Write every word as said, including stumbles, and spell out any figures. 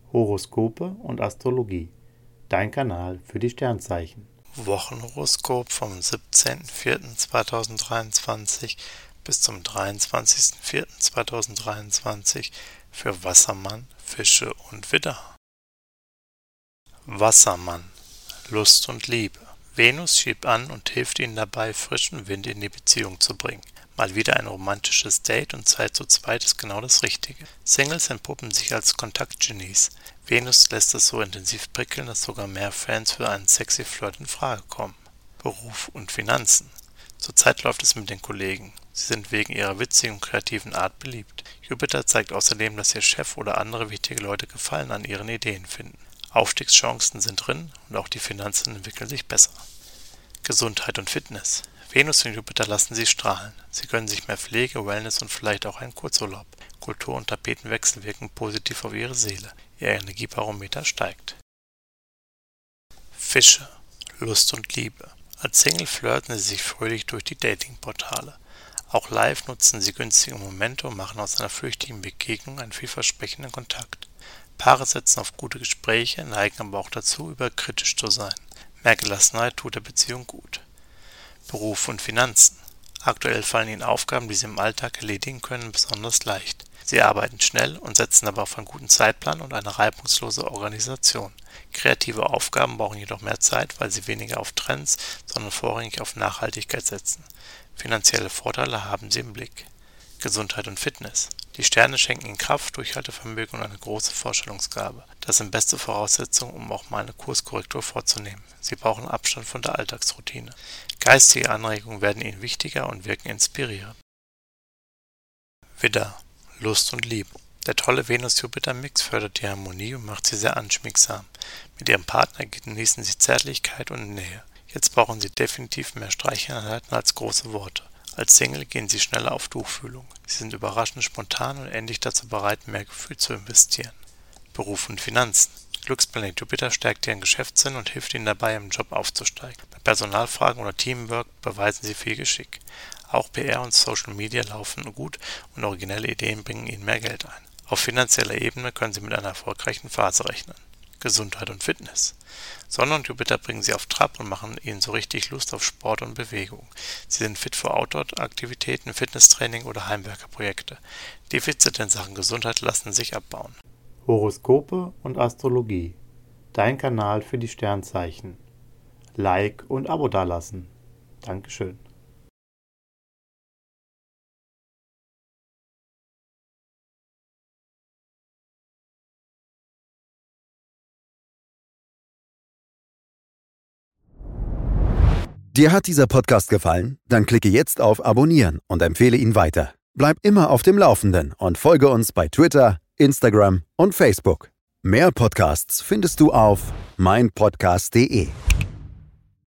Horoskope und Astrologie. Dein Kanal für die Sternzeichen. Wochenhoroskop vom siebzehnten vierten zweitausenddreiundzwanzig bis zum dreiundzwanzigsten vierten zweitausenddreiundzwanzig für Wassermann, Fische und Widder. Wassermann, Lust und Liebe. Venus schiebt an und hilft Ihnen dabei, frischen Wind in die Beziehung zu bringen. Mal wieder ein romantisches Date und Zeit zu zweit ist genau das Richtige. Singles entpuppen sich als Kontaktgenies. Venus lässt es so intensiv prickeln, dass sogar mehr Fans für einen sexy Flirt in Frage kommen. Beruf und Finanzen. Zurzeit läuft es mit den Kollegen. Sie sind wegen ihrer witzigen und kreativen Art beliebt. Jupiter zeigt außerdem, dass Ihr Chef oder andere wichtige Leute Gefallen an Ihren Ideen finden. Aufstiegschancen sind drin und auch die Finanzen entwickeln sich besser. Gesundheit und Fitness. Venus und Jupiter lassen Sie strahlen. Sie gönnen sich mehr Pflege, Wellness und vielleicht auch einen Kurzurlaub. Kultur- und Tapetenwechsel wirken positiv auf Ihre Seele. Ihr Energiebarometer steigt. Fische, Lust und Liebe. Als Single flirten Sie sich fröhlich durch die Datingportale. Auch live nutzen Sie günstige Momente und machen aus einer flüchtigen Begegnung einen vielversprechenden Kontakt. Paare setzen auf gute Gespräche, neigen aber auch dazu, überkritisch zu sein. Mehr Gelassenheit tut der Beziehung gut. Beruf und Finanzen. Aktuell fallen Ihnen Aufgaben, die Sie im Alltag erledigen können, besonders leicht. Sie arbeiten schnell und setzen aber auf einen guten Zeitplan und eine reibungslose Organisation. Kreative Aufgaben brauchen jedoch mehr Zeit, weil sie weniger auf Trends, sondern vorrangig auf Nachhaltigkeit setzen. Finanzielle Vorteile haben Sie im Blick. Gesundheit und Fitness. Die Sterne schenken Ihnen Kraft, Durchhaltevermögen und eine große Vorstellungsgabe. Das sind beste Voraussetzungen, um auch mal eine Kurskorrektur vorzunehmen. Sie brauchen Abstand von der Alltagsroutine. Geistige Anregungen werden Ihnen wichtiger und wirken inspirierend. Widder, Lust und Liebe. Der tolle Venus-Jupiter-Mix fördert die Harmonie und macht sie sehr anschmiegsam. Mit Ihrem Partner genießen Sie Zärtlichkeit und Nähe. Jetzt brauchen Sie definitiv mehr Streicheleinheiten als große Worte. Als Single gehen Sie schneller auf Tuchfühlung. Sie sind überraschend spontan und endlich dazu bereit, mehr Gefühl zu investieren. Beruf und Finanzen. Glücksplanet Jupiter stärkt Ihren Geschäftssinn und hilft Ihnen dabei, im Job aufzusteigen. Bei Personalfragen oder Teamwork beweisen Sie viel Geschick. Auch P R und Social Media laufen gut und originelle Ideen bringen Ihnen mehr Geld ein. Auf finanzieller Ebene können Sie mit einer erfolgreichen Phase rechnen. Gesundheit und Fitness. Sonne und Jupiter bringen Sie auf Trab und machen Ihnen so richtig Lust auf Sport und Bewegung. Sie sind fit für Outdoor-Aktivitäten, Fitnesstraining oder Heimwerkerprojekte. Defizite in Sachen Gesundheit lassen sich abbauen. Horoskope und Astrologie. Dein Kanal für die Sternzeichen. Like und Abo dalassen. Dankeschön. Dir hat dieser Podcast gefallen? Dann klicke jetzt auf Abonnieren und empfehle ihn weiter. Bleib immer auf dem Laufenden und folge uns bei Twitter, Instagram und Facebook. Mehr Podcasts findest du auf meinpodcast punkt de.